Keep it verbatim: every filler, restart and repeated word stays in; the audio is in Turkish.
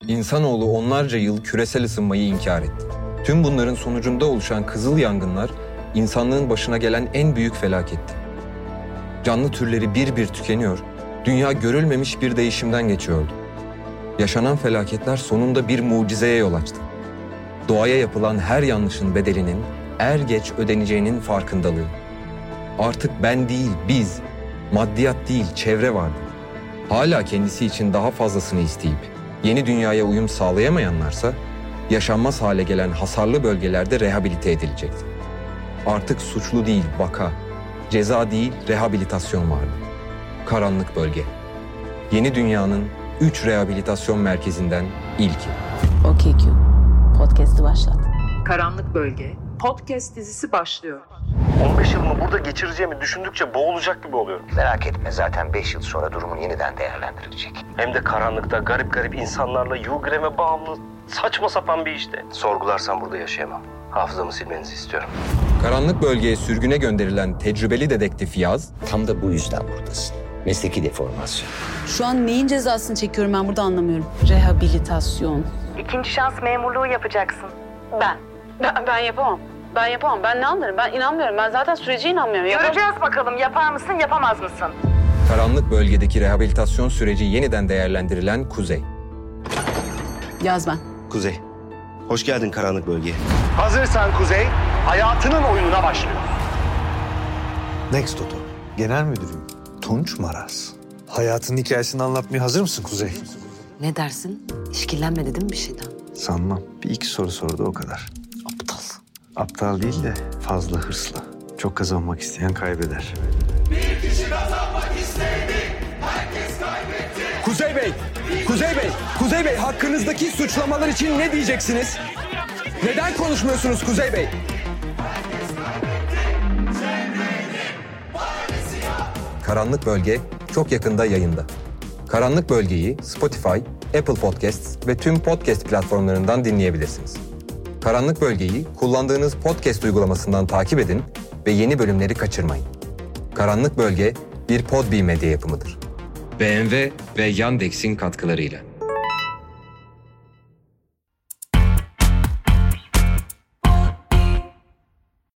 İnsanoğlu onlarca yıl küresel ısınmayı inkar etti. Tüm bunların sonucunda oluşan kızıl yangınlar, insanlığın başına gelen en büyük felaketti. Canlı türleri bir bir tükeniyor, dünya görülmemiş bir değişimden geçiyordu. Yaşanan felaketler sonunda bir mucizeye yol açtı. Doğaya yapılan her yanlışın bedelinin er geç ödeneceğinin farkındalığı. Artık ben değil, biz, maddiyat değil, çevre vardı. Hala kendisi için daha fazlasını isteyip yeni dünyaya uyum sağlayamayanlarsa, yaşanmaz hale gelen hasarlı bölgelerde rehabilite edilecekti. Artık suçlu değil, vaka, ceza değil, rehabilitasyon vardı. Karanlık Bölge. Yeni dünyanın üç rehabilitasyon merkezinden ilki. Okey Q. Podcast'ı başlat. Karanlık Bölge podcast dizisi başlıyor. on beş yılımı burada geçireceğimi düşündükçe boğulacak gibi oluyorum. Merak etme, zaten beş yıl sonra durumun yeniden değerlendirilecek. Hem de karanlıkta garip garip insanlarla Yugrem'e bağımlı saçma sapan bir işte. Sorgularsan burada yaşayamam. Hafızamı silmenizi istiyorum. Karanlık Bölge'ye sürgüne gönderilen tecrübeli dedektif Yaz, Tam da bu yüzden buradasın. Mesleki deformasyon. Şu an neyin cezasını çekiyorum ben burada anlamıyorum. Rehabilitasyon. İkinci şans memurluğu yapacaksın. Ben. Ben, ben yapamam. Ben yapamam. Ben ne anlarım? Ben inanmıyorum. Ben zaten sürece inanmıyorum. Yapamam. Göreceğiz bakalım yapar mısın yapamaz mısın? Karanlık Bölge'deki rehabilitasyon süreci yeniden değerlendirilen Kuzey. Yaz ben. Kuzey, hoş geldin Karanlık Bölge'ye. Hazırsan Kuzey, hayatının oyununa başlıyor. Next Toto, Genel Müdürüm Tunç Maraz. Hayatının hikayesini anlatmaya hazır mısın Kuzey? Ne dersin? İşkillenmedi değil mi bir şeyden? Sanmam. Bir iki soru sordu, o kadar. Aptal. Aptal değil de fazla hırslı. Çok kazanmak isteyen kaybeder. Bir kişi kazanmak istedi, herkes kaybetti. Kuzey Bey, Kuzey Bey, Kuzey Bey hakkınızdaki suçlamalar için ne diyeceksiniz? Neden konuşmuyorsunuz Kuzey Bey? Karanlık Bölge çok yakında yayında. Karanlık Bölge'yi Spotify, Apple Podcasts ve tüm podcast platformlarından dinleyebilirsiniz. Karanlık Bölge'yi kullandığınız podcast uygulamasından takip edin ve yeni bölümleri kaçırmayın. Karanlık Bölge bir Podbi medya yapımıdır. B M W ve Yandex'in katkılarıyla.